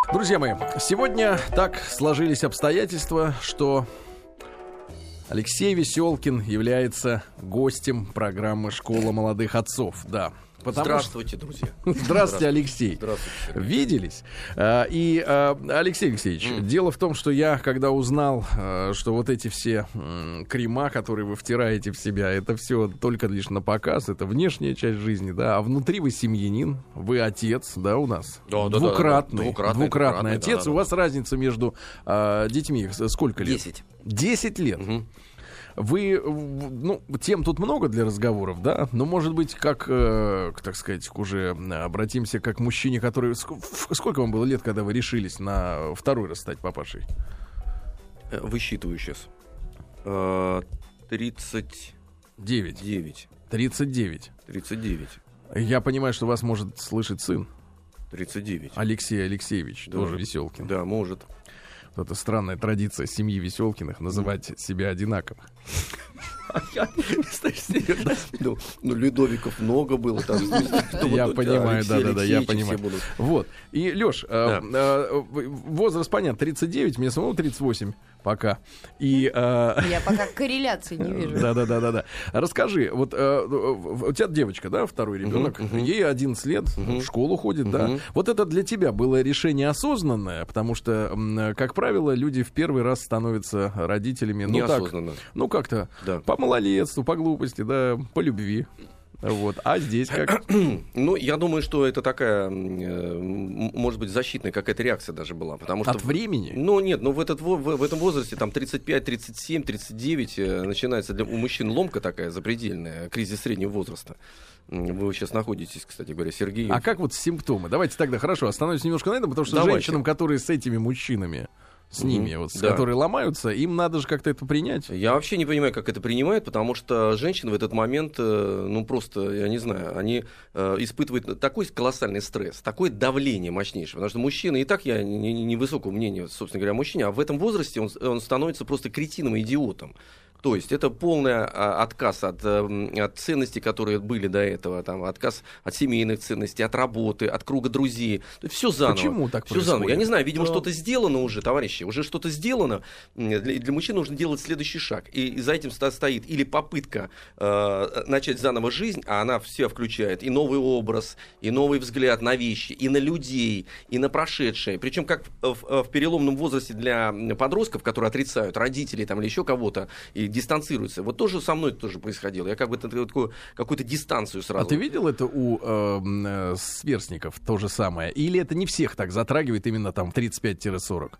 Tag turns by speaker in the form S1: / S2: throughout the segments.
S1: Друзья мои, сегодня так сложились обстоятельства, что Алексей Веселкин является гостем программы «Школа молодых отцов». Да.
S2: Здравствуйте, друзья.
S1: Здравствуйте, Алексей.
S2: Здравствуйте.
S1: Виделись. Алексей Алексеевич, дело в том, что я, когда узнал, что вот эти все крема, которые вы втираете в себя, это все только лишь на показ, это внешняя часть жизни, да, а внутри вы семьянин, вы отец, да, у нас? Двукратный отец. У вас разница между детьми сколько лет?
S2: 10.
S1: 10 лет. Вы, ну, тем тут много для разговоров, да, но, может быть, как, так сказать, уже обратимся как к мужчине, который... Сколько вам было лет, когда вы решились на второй раз стать папашей?
S2: Высчитываю сейчас. 39.
S1: 39. Я понимаю, что вас может слышать сын.
S2: 39.
S1: Алексей Алексеевич, да. Тоже Веселкин.
S2: Да, может.
S1: Это странная традиция семьи Веселкиных называть себя одинаково.
S2: Ну, Людовиков много было.
S1: Я понимаю, да, я понимаю. Вот. И, Лёш, возраст, понятно, 39, мне самому 38 пока.
S3: Я пока корреляции не вижу.
S1: Да. Расскажи, вот у тебя девочка, да, второй ребенок, ей 11 лет, в школу ходит, да. Вот это для тебя было решение осознанное, потому что, как правило, люди в первый раз становятся родителями,
S2: неосознанно.
S1: Ну, как-то по малолетству, по глупости, да, по любви. Вот. А здесь как?
S2: Ну, я думаю, что это такая, может быть, защитная какая-то реакция даже была. Потому что
S1: от времени?
S2: Ну, нет, в этом возрасте, там, 35, 37, 39, начинается у мужчин ломка такая запредельная, кризис среднего возраста. Вы сейчас находитесь, кстати говоря, Сергей.
S1: А как вот симптомы? Давайте тогда, хорошо, остановимся немножко на этом, потому что женщинам, которые с этими мужчинами, с ними, вот, которые ломаются, им надо же как-то это принять.
S2: Я вообще не понимаю, как это принимают, потому что женщины в этот момент, ну просто, я не знаю, они испытывают такой колоссальный стресс, такое давление мощнейшее, потому что мужчина, и так я не высокого мнения, собственно говоря, о мужчине, а в этом возрасте он становится просто кретином и идиотом. То есть это полный отказ от ценностей, которые были до этого, там, отказ от семейных ценностей, от работы, от круга друзей. То есть все заново.
S1: Почему так
S2: все
S1: происходит?
S2: Заново. Я не знаю, видимо, что-то сделано уже, товарищи, уже что-то сделано. Для мужчин нужно делать следующий шаг. И за этим стоит или попытка начать заново жизнь, а она все включает и новый образ, и новый взгляд на вещи, и на людей, и на прошедшее. Причем как в переломном возрасте для подростков, которые отрицают родителей там, или еще кого-то, и дистанцируются. Вот тоже со мной тоже происходило. Я как бы такую какую-то дистанцию сразу.
S1: А ты видел это у сверстников то же самое? Или это не всех так затрагивает именно там 35-40?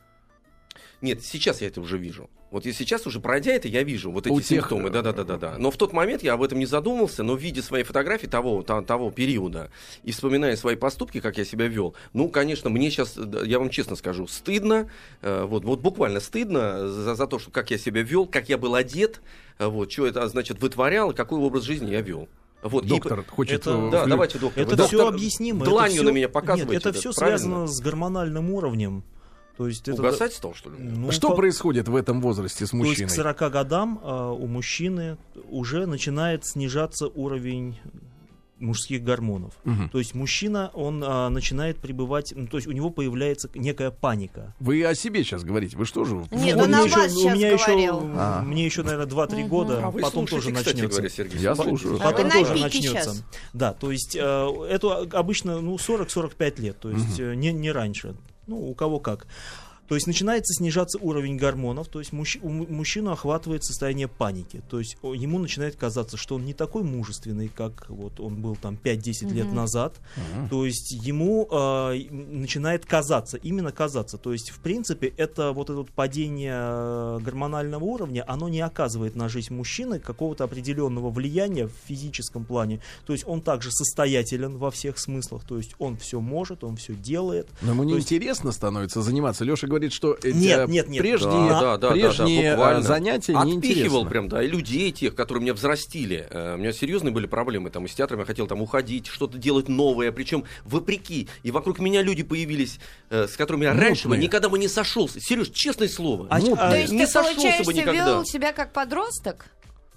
S2: Нет, сейчас я это уже вижу. Вот и сейчас уже пройдя это, я вижу вот эти симптомы. Да. Но в тот момент я об этом не задумался, но видя свои фотографии того периода и вспоминая свои поступки, как я себя вел, ну, конечно, мне сейчас, я вам честно скажу, стыдно, вот буквально стыдно за то, что, как я себя вел, как я был одет, вот, что это, значит, вытворял, какой образ жизни я вел. Вот.
S1: Доктор хочет...
S2: Да, давайте, доктор.
S4: Это все объяснимо.
S2: Дланью на меня показываете.
S4: Нет, это все связано с гормональным уровнем. То есть
S2: угасать стал, что ли?
S1: Что происходит в этом возрасте с мужчиной?
S4: То есть к 40 годам у мужчины уже начинает снижаться уровень мужских гормонов. То есть мужчина, он начинает пребывать, то есть у него появляется некая паника.
S1: Вы о себе сейчас говорите, вы что же?
S3: Нет, он о вас сейчас говорил.
S4: Мне еще, наверное, 2-3 года, потом тоже начнется.
S1: Я слушаю.
S4: Потом тоже начнется. Да, то есть это обычно 40-45 лет, то есть не раньше. Ну, у кого как. То есть начинается снижаться уровень гормонов, то есть мужчину охватывает состояние паники. То есть ему начинает казаться, что он не такой мужественный, как вот он был там 5-10 лет назад. То есть ему начинает казаться, именно казаться. То есть, в принципе, это вот это падение гормонального уровня, оно не оказывает на жизнь мужчины какого-то определенного влияния в физическом плане. То есть он также состоятелен во всех смыслах. То есть он все может, он все делает.
S1: Но ему неинтересно становится заниматься. Леша говорит, что
S4: нет.
S1: прежние занятия неинтересны.
S2: Отпихивал прям, да, и людей тех, которые меня взрастили. У меня серьезные были проблемы там, и с театром я хотел там уходить, что-то делать новое, причем вопреки. И вокруг меня люди появились, с которыми я раньше никогда бы не сошелся. Сереж, честное слово.
S3: То есть
S2: не
S3: ты, получается,
S2: бы никогда.
S3: вел себя как подросток?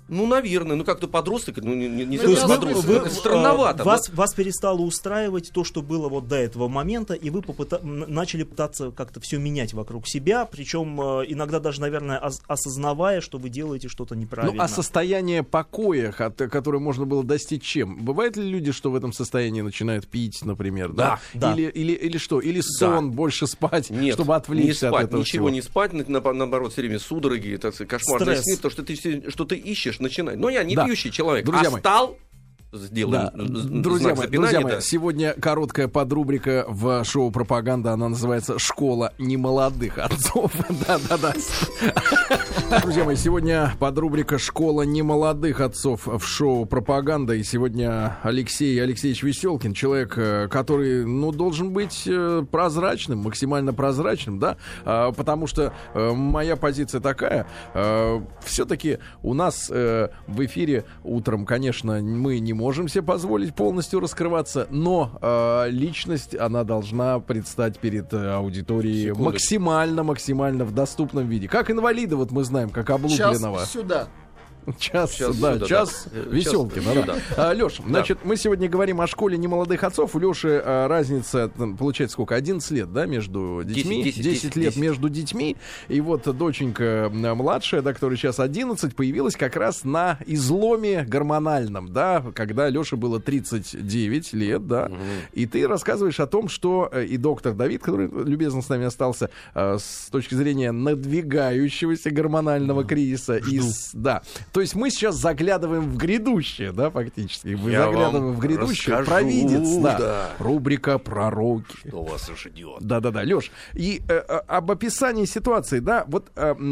S2: Ну, наверное. Ну, как-то подросток, не
S4: то есть
S2: подросток. Странновато.
S4: Вас перестало устраивать то, что было вот до этого момента, и вы начали пытаться как-то все менять вокруг себя, причем иногда даже, наверное, осознавая, что вы делаете что-то неправильно.
S1: Ну, а состояние покоя, которое можно было достичь чем? Бывают ли люди, что в этом состоянии начинают пить, например?
S2: Да.
S1: Или что? Или сон, больше спать,
S2: Нет,
S1: чтобы отвлечься
S2: не спать,
S1: от этого
S2: ничего
S1: всего?
S2: не спать, наоборот, все время судороги, кошмарные сны, потому что ты что-то ищешь, начинай. Но я не пьющий человек,
S1: друзья
S2: мои. Стал, сделаем
S1: Друзья мои, сегодня короткая подрубрика в шоу «Пропаганда», она называется «Школа немолодых отцов». Да-да-да. Друзья мои, сегодня подрубрика «Школа немолодых отцов» в шоу «Пропаганда». И сегодня Алексей Алексеевич Веселкин, человек, который, должен быть прозрачным, максимально прозрачным, да, потому что моя позиция такая, все-таки у нас в эфире утром, конечно, мы не можем себе позволить полностью раскрываться, но личность, она должна предстать перед аудиторией максимально в доступном виде. Как инвалиды, вот мы знаем, как Облупленного.
S5: Час сюда.
S1: Час Веселкина. Лёш, значит, мы сегодня говорим о школе немолодых отцов. У Лёши разница, получается, сколько? 11 лет, да, между детьми? 10 лет между детьми. И вот доченька младшая, да, которая сейчас 11, появилась как раз на изломе гормональном, да, когда Лёше было 39 лет, да. И ты рассказываешь о том, что и доктор Давид, который любезно с нами остался, с точки зрения надвигающегося гормонального кризиса. То есть мы сейчас заглядываем в грядущее, да, фактически. Мы заглядываем в грядущее. Провидец, да. Рубрика «Пророки».
S2: Что вас ждет.
S1: Да-да-да, Лёш. И об описании ситуации, да, вот...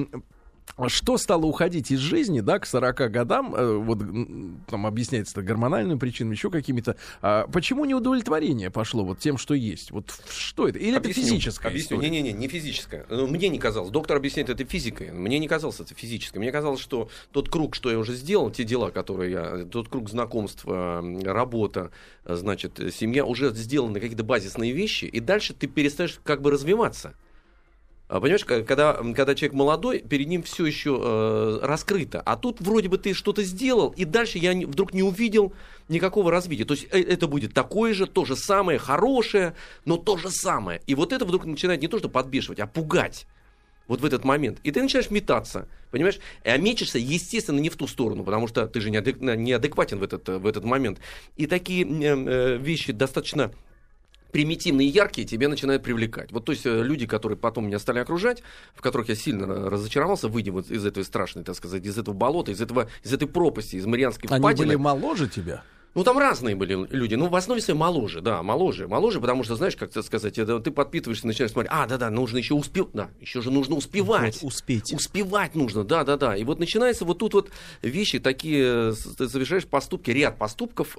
S1: Что стало уходить из жизни, да, к 40 годам, вот там объясняется это гормональными причинами, еще какими-то. Почему неудовлетворение пошло вот тем, что есть? Вот что это? Или это физическое?
S2: Объясню. Не физическое. Мне не казалось. Доктор объясняет это физикой. Мне не казалось это физическое. Мне казалось, что тот круг, что я уже сделал, те дела, которые тот круг знакомств, работа, значит, семья, уже сделаны какие-то базисные вещи, и дальше ты перестаешь как бы развиваться. Понимаешь, когда человек молодой, перед ним все еще раскрыто. А тут вроде бы ты что-то сделал, и дальше я вдруг не увидел никакого развития. То есть это будет такое же, то же самое, хорошее, но то же самое. И вот это вдруг начинает не то что подбешивать, а пугать. Вот в этот момент. И ты начинаешь метаться, понимаешь? А мечешься, естественно, не в ту сторону, потому что ты же неадекватен в этот момент. И такие вещи достаточно... примитивные и яркие тебя начинают привлекать. Вот, то есть люди, которые потом меня стали окружать, в которых я сильно разочаровался, выйдя вот из этой страшной, так сказать, из этого болота, из этой пропасти, из Марианской впадины.
S1: Они были моложе тебя?
S2: Ну, там разные были люди. Ну, в основе своей моложе, да, моложе, потому что, знаешь, как сказать, ты подпитываешься, начинаешь смотреть, нужно еще успевать, да, еще же нужно успевать.
S4: Вот, успеть.
S2: Успевать нужно, да. И вот начинаются вот тут вот вещи такие, ты совершаешь поступки, ряд поступков,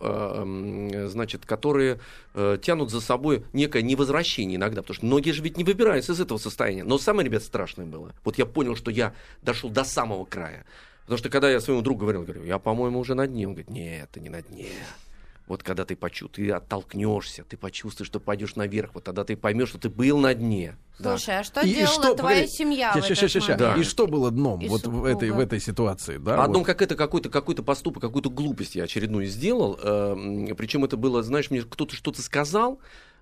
S2: значит, которые тянут за собой некое невозвращение иногда, потому что многие же ведь не выбираются из этого состояния. Но самое, ребят, страшное было. Вот я понял, что я дошел до самого края. Потому что когда я своему другу говорю, я, по-моему, уже на дне. Он говорит, нет, ты не на дне. Вот когда ты оттолкнешься, ты почувствуешь, что пойдешь наверх, вот тогда ты поймешь, что ты был на дне.
S3: Слушай, а что делала твоя семья в этот момент?
S1: Да. И что было дном вот в этой ситуации? Да,
S2: дном какой-то поступок, какую-то глупость я очередную сделал. Причем это было, знаешь, мне кто-то что-то сказал.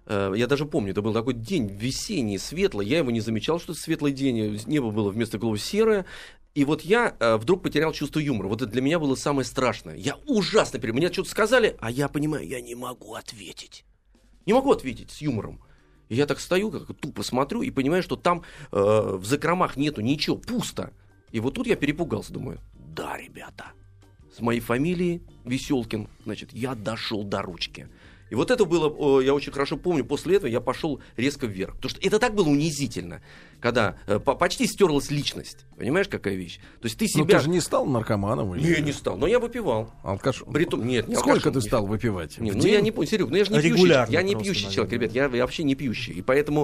S2: Я даже помню, это был такой день весенний, светлый. Я его не замечал, что это светлый день. Небо было вместо голубого серое. И вот я вдруг потерял чувство юмора. Вот это для меня было самое страшное. Я ужасно мне что-то сказали, а я понимаю, я не могу ответить. Не могу ответить с юмором. И я так стою, как тупо смотрю, и понимаю, что там в закромах нету ничего, пусто. И вот тут я перепугался, думаю, да, ребята, с моей фамилией Веселкин, значит, я дошел до ручки. И вот это было, я очень хорошо помню, после этого я пошел резко вверх. Потому что это так было унизительно, когда почти стерлась личность. Понимаешь, какая вещь? То есть ты себя...
S1: Ну ты же не стал наркоманом?
S2: Или... Не стал, но я выпивал.
S1: Алкаш?
S2: Нет, не
S1: Сколько
S2: алкашом,
S1: ты стал выпивать?
S2: Нет, я не понял, Серег, я же не пьющий. Я не пьющий человек, ребят, я вообще не пьющий. И поэтому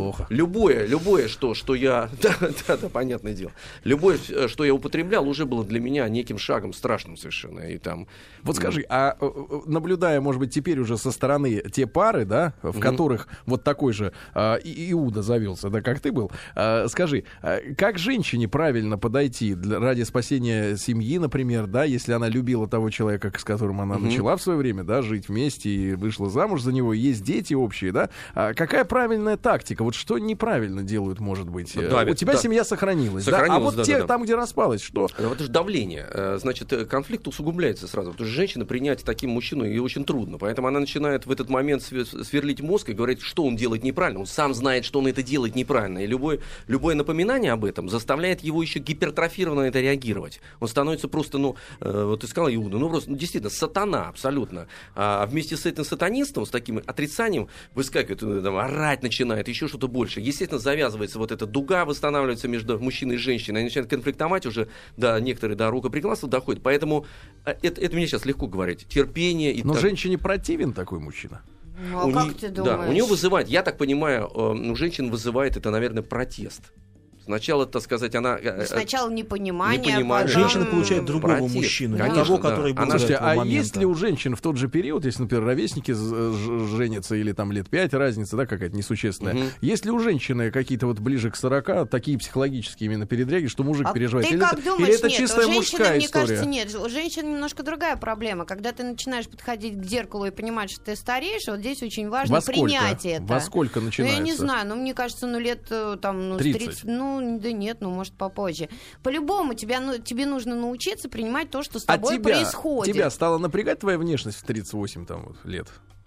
S2: любое, что я... Да, понятное дело. Любое, что я употреблял, уже было для меня неким шагом страшным совершенно. И там...
S1: Вот скажи, а наблюдая, может быть, теперь уже со стороны те пары, да, в которых вот такой же Иуда завелся, да, как ты был. Скажи, как женщине правильно подойти ради спасения семьи, например, да, если она любила того человека, с которым она начала в свое время, да, жить вместе и вышла замуж за него, есть дети общие, да? Какая правильная тактика? Вот что неправильно делают, может быть? У тебя семья сохранилась, да? А вот там, где распалась, что?
S2: Вот это же давление. Значит, конфликт усугубляется сразу. Потому что женщина принять таким мужчину ей очень трудно. Поэтому она начинает в этот момент сверлить мозг и говорить, что он делает неправильно. Он сам знает, что он это делает неправильно. И любое напоминание об этом заставляет его еще гипертрофированно на это реагировать. Он становится просто, вот ты сказал, Иуда, просто действительно сатана абсолютно. А вместе с этим сатанистом, с таким отрицанием, выскакивает, орать начинает, еще что-то больше. Естественно, завязывается вот эта дуга, восстанавливается между мужчиной и женщиной. Они начинают конфликтовать уже, некоторые до рукоприкладства доходят. Поэтому это мне сейчас легко говорить. Терпение.
S1: Но женщине противен такой мужчина.
S3: Как ты думаешь?
S2: Да, у нее вызывает, я так понимаю, у женщин вызывает это, наверное, протест. Сначала, так сказать, она...
S3: Сначала непонимание.
S4: Потом... Женщина получает другого мужчину,
S2: конечно,
S4: того, который был
S1: Слушайте, есть ли у женщин в тот же период, если, например, ровесники женятся, или там лет 5 разница, да, какая-то несущественная, есть ли у женщины какие-то вот ближе к 40 такие психологические именно передряги, что мужик переживает?
S3: Ты как думаешь?
S1: Или это
S3: нет,
S1: чистая
S3: у женщины,
S1: мужская
S3: мне
S1: история?
S3: кажется, нет. У женщин немножко другая проблема. Когда ты начинаешь подходить к зеркалу и понимать, что ты стареешь, вот здесь очень важно принять это.
S1: Во сколько начинается?
S3: Я не знаю, мне кажется, лет там, 30. Да нет, может, попозже. По-любому тебе нужно научиться принимать то, что с тобой происходит.
S1: Тебя стала напрягать твоя внешность в 38 лет?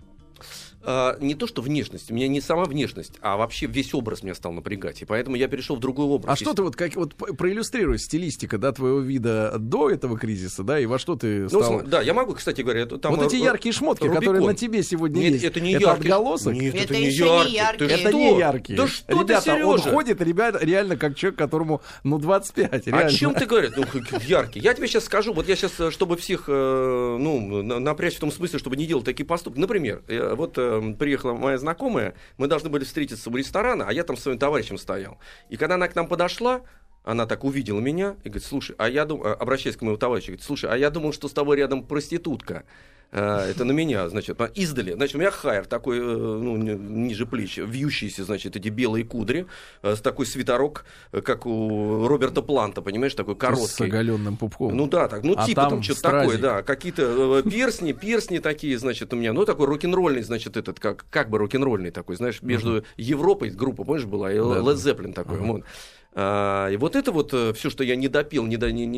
S2: Не то, что внешность, у меня не сама внешность, а вообще весь образ меня стал напрягать, и поэтому я перешел в другой образ.
S1: А что ты проиллюстрируй стилистика, да, твоего вида до этого кризиса, да, и во что ты стал?
S2: Да, я могу, кстати говоря, там
S1: вот эти яркие шмотки, которые на тебе сегодня
S2: нет,
S1: есть,
S2: это не
S1: это
S2: яркий.
S1: отголосок?
S2: Нет,
S3: это
S2: не
S3: еще
S2: яркий.
S3: не яркий.
S1: Это не яркие.
S2: Да что
S1: ребята,
S2: ты, Сережа?
S1: он ходит, реально как человек, которому, 25. Реально.
S2: О чем ты говоришь? Яркий. Я тебе сейчас скажу, вот я сейчас, чтобы всех, напрячь в том смысле, чтобы не делать такие поступки. Например, вот приехала моя знакомая, мы должны были встретиться у ресторана, а я там с своим товарищем стоял. И когда она к нам подошла, она так увидела меня и говорит, слушай, обращаясь к моему товарищу, говорит, слушай, а я думал, что с тобой рядом проститутка. Это на меня, значит, издали. Значит, у меня хайр такой, ниже плеч, вьющиеся, значит, эти белые кудри, с такой свитерок, как у Роберта Планта, понимаешь, такой короткий. С
S1: оголенным пупком.
S2: Так, типа там что-то такое, да, какие-то перстни такие, значит, у меня, такой рок-н-ролльный, значит, этот, как бы рок-н-ролльный такой, знаешь, между Европой, группа, помнишь, была, и Led Zeppelin такой, вот. И вот это вот все, что я не допил,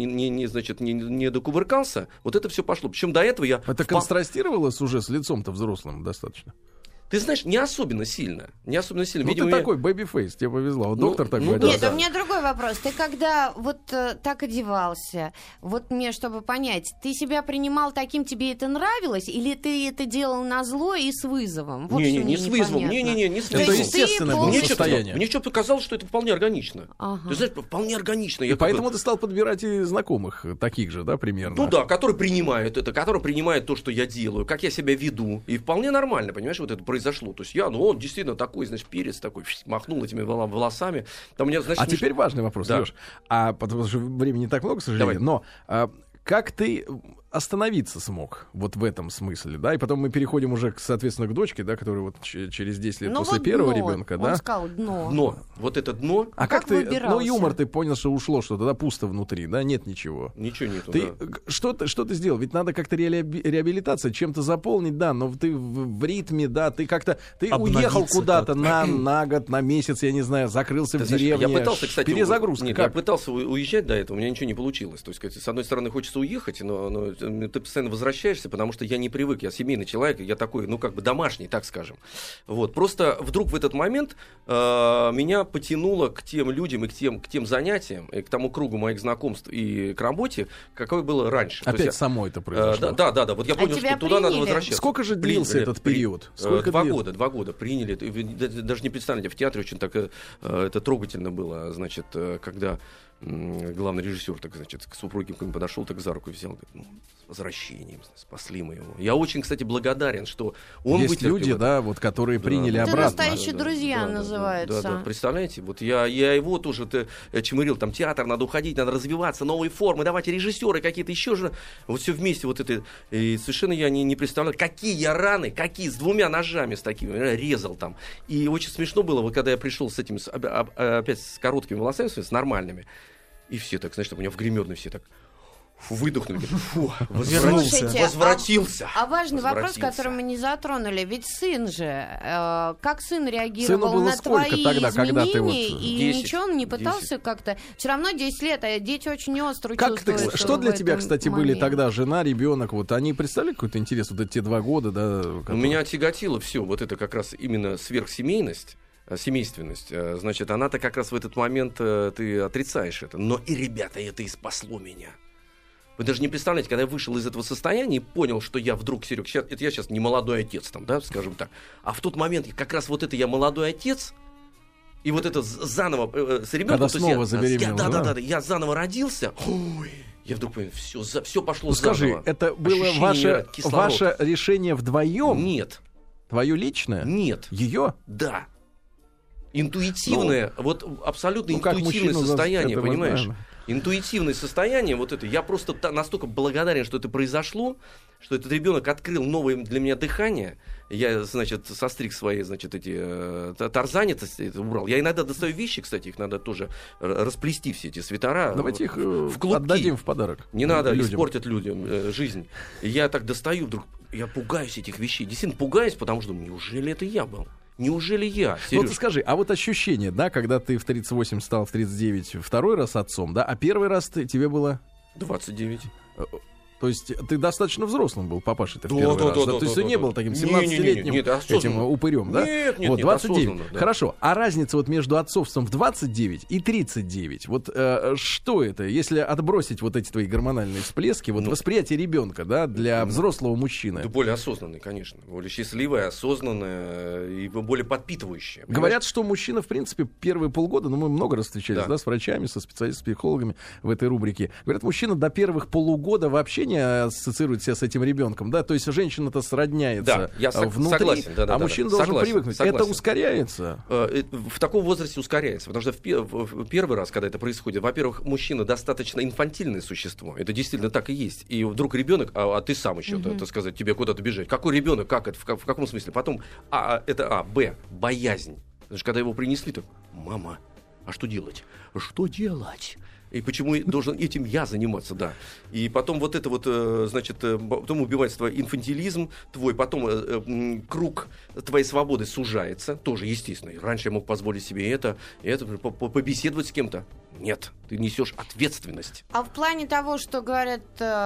S2: не докувыркался, вот это все пошло. Причем до этого я...
S1: Это контрастировалось уже с лицом-то взрослым достаточно?
S2: Ты знаешь, не особенно сильно.
S1: Видимо, ты такой бэби-фейс, тебе повезло. Вот доктор такой.
S3: Нет, у меня другой вопрос. Ты когда вот так одевался, вот мне, чтобы понять, ты себя принимал таким, тебе это нравилось, или ты это делал назло и с вызовом? Вот
S2: не с вызовом. Не с вызовом.
S1: Это естественное было состояние.
S2: Мне что-то показалось, что это вполне органично. Ты знаешь, вполне органично.
S1: И поэтому ты стал подбирать и знакомых таких же, да, примерно?
S2: Которые принимают это, которые принимают то, что я делаю, как я себя веду. И вполне нормально, понимаешь, вот это произошло. То есть он действительно такой, значит, перец такой, махнул этими волосами. Там, значит,
S1: теперь важный вопрос, Лёш. Потому что времени не так много, к сожалению.
S2: Давай.
S1: Но как ты остановиться смог вот в этом смысле, да, и потом мы переходим уже, соответственно, к дочке, да, которая вот через 10 лет после первого ребенка, да.
S3: Он сказал дно.
S2: Дно. Вот это дно.
S1: А как ты, юмор ты понял, что ушло что-то, да, пусто внутри, да, нет ничего.
S2: Ничего нету,
S1: Что ты сделал? Ведь надо как-то реабилитация, чем-то заполнить, да, но ты в ритме, да, ты уехал куда-то на год, на месяц, я не знаю, закрылся в деревне.
S2: Я пытался, кстати,
S1: перезагрузка.
S2: Я пытался уезжать до этого, у меня ничего не получилось. То есть, с одной стороны, хочется уехать, но ты постоянно возвращаешься, потому что я не привык, я семейный человек, я такой, домашний, так скажем. Вот. Просто вдруг в этот момент меня потянуло к тем людям и к тем занятиям, и к тому кругу моих знакомств и к работе, какое было раньше.
S1: Опять само это произошло.
S2: Да. Вот я понял, что туда надо возвращаться.
S1: Сколько же длился этот период?
S2: 2 года приняли. Даже не представляете, в театре очень так это трогательно было, значит, когда главный режиссер, так, значит, к супруге подошел, так за руку взял, говорит, возвращением, спасли мы его. Я очень, кстати, благодарен, что он
S1: Есть
S2: вытерпел
S1: люди,
S2: это.
S1: да, вот, которые приняли
S3: Это
S1: обратно.
S3: настоящие друзья называются.
S2: Да. Представляете, вот я его тоже чмырил, там театр, надо уходить, надо развиваться, новые формы, давайте режиссеры какие-то еще же. Вот все вместе вот это. И совершенно я не представлял, какие я раны, с 2 ножами с такими, резал там. И очень смешно было, вот когда я пришел с этими, опять с короткими волосами, с нормальными, и все так, знаешь, у меня в гримерной все так выдохнули,
S3: Слушайте,
S2: возвратился.
S3: А важный вопрос, который мы не затронули, ведь сын же, как сын
S1: Сыну
S3: реагировал
S1: было
S3: на
S1: сколько
S3: твои
S1: тогда, когда ты
S3: изменения,
S1: вот-
S3: и
S2: 10,
S3: ничего он не пытался
S2: 10.
S3: как-то... Все равно 10 лет, а дети очень остро
S1: Как ты,
S3: чувствуют.
S1: что для
S3: в
S1: тебя,
S3: этом
S1: кстати, были
S3: момент.
S1: тогда жена, ребенок? Вот они представляли какой-то интерес, вот эти 2 года, да?
S2: Меня тяготило все, вот это как раз именно сверхсемейность, семейственность. Значит, она-то как раз в этот момент ты отрицаешь это. Но и, ребята, это и спасло меня. Вы даже не представляете, когда я вышел из этого состояния и понял, что я вдруг, Серег, это я сейчас не молодой отец, там, да, скажем так. А в тот момент как раз вот это я молодой отец, и вот это заново с ребенком...
S1: Когда снова забеременел,
S2: да, я заново родился. Ой, я вдруг понял, все пошло
S1: Скажи,
S2: заново.
S1: это было
S2: Ощущение, кислород.
S1: ваше решение вдвоем?
S2: Нет,
S1: Твое личное?
S2: нет.
S1: Ее?
S2: Да. Интуитивное, вот абсолютно
S1: как
S2: интуитивное
S1: мужчину
S2: состояние,
S1: это
S2: понимаешь?
S1: возможно.
S2: Интуитивное состояние, вот это. Я просто настолько благодарен, что это произошло, что этот ребенок открыл новое для меня дыхание. Я, значит, состриг свои, значит, эти тарзанец убрал. Я иногда достаю вещи, кстати, их надо тоже расплести, все эти свитера.
S1: Давайте их
S2: в клубки.
S1: отдадим в подарок.
S2: Не надо,
S1: людям.
S2: испортят людям жизнь. И я так достаю вдруг, я пугаюсь этих вещей. Действительно пугаюсь, потому что неужели это я был? Неужели я,
S1: Ну
S2: Серёж?
S1: ты скажи, а вот ощущение, да, когда ты в 38 стал, в 39 второй раз отцом, да, а первый раз тебе было...
S2: 29.
S1: То есть ты достаточно взрослым был, папаша-то, в первый раз. То есть ты не был таким 17-летним
S2: Нет,
S1: этим упырем, да?
S2: Нет,
S1: Вот, 29.
S2: осознанно, да.
S1: Хорошо. А разница вот между отцовством в 29 и 39, вот что это? Если отбросить вот эти твои гормональные всплески, вот восприятие ребенка, да, для взрослого мужчины.
S2: Да более осознанный, конечно. Более счастливая, осознанная и более подпитывающая.
S1: Говорят, что мужчина, в принципе, первые полгода, ну, мы много раз встречались,
S2: Да.
S1: да, с врачами, со специалистами, психологами в этой рубрике. Говорят, мужчина до первых полугода вообще не ассоциирует себя с этим ребенком, да, то есть женщина-то сродняется
S2: Да, я
S1: внутри,
S2: согласен, да,
S1: а мужчина должен
S2: согласен,
S1: привыкнуть.
S2: согласен.
S1: Это ускоряется.
S2: В таком возрасте ускоряется, потому что в первый раз, когда это происходит, во-первых, мужчина достаточно инфантильное существо, это действительно так и есть, и вдруг ребенок, а ты сам еще, так сказать, тебе куда-то бежать. Какой ребенок, как это, в каком смысле? Потом, б, боязнь. Потому что когда его принесли, то, мама, а что делать? Что делать? И почему должен этим я заниматься, да. И потом вот это вот, значит, потом убивательство, инфантилизм твой, потом круг твоей свободы сужается, тоже естественно. Раньше я мог позволить себе это побеседовать с кем-то. Нет, ты несешь ответственность.
S3: А в плане того, что говорят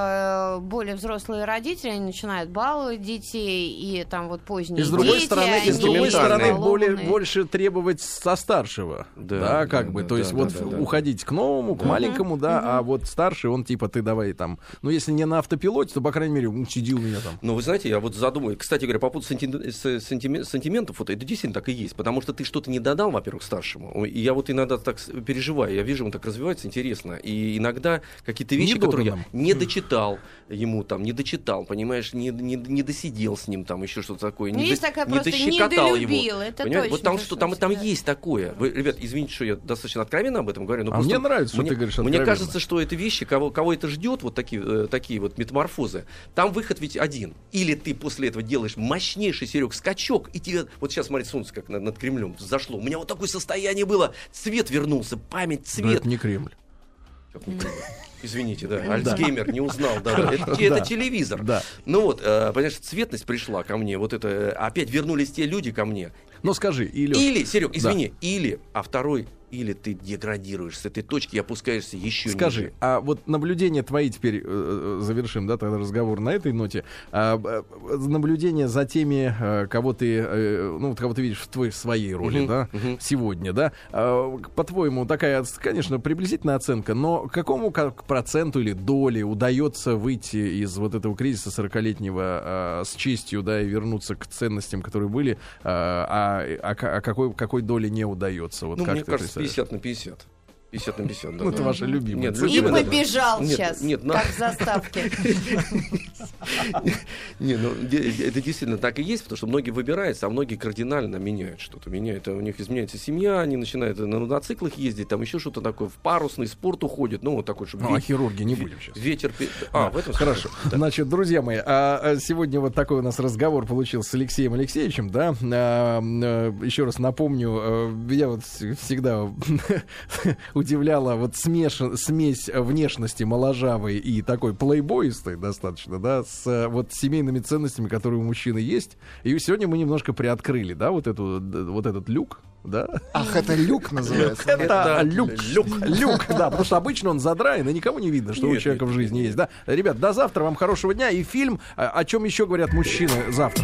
S3: более взрослые родители, они начинают баловать детей, и там вот поздние
S1: И с другой
S3: дети,
S1: стороны,
S3: они
S2: элементарные.
S1: больше требовать со старшего, да, как бы, то есть вот уходить к новому, к маленькому, да, а вот старший, он типа, ты давай там, ну если не на автопилоте, то, по крайней мере, учудил меня там.
S2: Но вы знаете, я вот задумываюсь, кстати говоря, по поводу сантиментов, вот это действительно так и есть, потому что ты что-то не додал, во-первых, старшему, и я вот иногда так переживаю, я вижу, он так развивается, интересно, и иногда какие-то вещи, которые я не дочитал ему, там, не дочитал, понимаешь, не досидел с ним, там, еще что-то такое, не дощекотал его.
S3: Это
S2: понимаете? Вот там,
S3: точно,
S2: что там есть такое. Вы, ребят, извините, что я достаточно откровенно об этом говорю, но
S1: А мне нравится, что ты говоришь откровенно.
S2: Мне кажется, что это вещи, кого это ждет, вот такие вот метаморфозы. Там выход ведь один. Или ты после этого делаешь мощнейший, Серег, скачок, и тебе... Вот сейчас, смотри, солнце как над Кремлем взошло. У меня вот такое состояние было. Цвет вернулся, память,
S1: Но
S2: цвет.
S1: это не Кремль.
S2: Как не Кремль? Извините, да, Альцгеймер не узнал, да. Это телевизор.
S1: Да.
S2: Ну вот, понимаешь, цветность пришла ко мне, вот это, опять вернулись те люди ко мне.
S1: Но скажи,
S2: Или, Серег, извини, а второй, или ты деградируешь с этой точки и опускаешься еще ниже.
S1: Скажи, а вот наблюдения твои теперь завершим, да, тогда разговор на этой ноте. Наблюдения за теми, кого ты видишь в своей роли, да, сегодня, да. По-твоему, такая, конечно, приблизительная оценка, но какому проценту или доле удается выйти из вот этого кризиса 40-летнего с честью, да, и вернуться к ценностям, которые были, какой доле не удается? Вот
S2: ну,
S1: как
S2: мне
S1: ты
S2: кажется,
S1: представляешь?
S2: 50 на 50. 50 на 50, да.
S1: Ну, это ваша любимая.
S2: Нет,
S3: И
S2: любимая,
S3: побежал
S2: Нет,
S3: сейчас,
S2: нет,
S3: как в заставке.
S2: Не, ну, это действительно так и есть, потому что многие выбираются, а многие кардинально меняют что-то. У них изменяется семья, они начинают на мотоциклах ездить, там еще что-то такое, в парусный спорт уходят. Ну, вот такой, чтобы
S1: Ну, о хирурге не будем сейчас.
S2: ветер... в этом
S1: Хорошо.
S2: Да.
S1: Значит, друзья мои, сегодня вот такой у нас разговор получился с Алексеем Алексеевичем, да. Еще раз напомню, меня вот всегда удивляла вот смесь внешности моложавой и такой плейбоистой достаточно, да, с вот семейными ценностями, которые у мужчины есть. И сегодня мы немножко приоткрыли, да, вот этот люк, да.
S5: Ах, это люк называется.
S1: Это люк, да, потому что обычно он задраен, и никому не видно, что у человека в жизни есть, да. Ребят, до завтра, вам хорошего дня, и фильм «О чем еще говорят мужчины» завтра.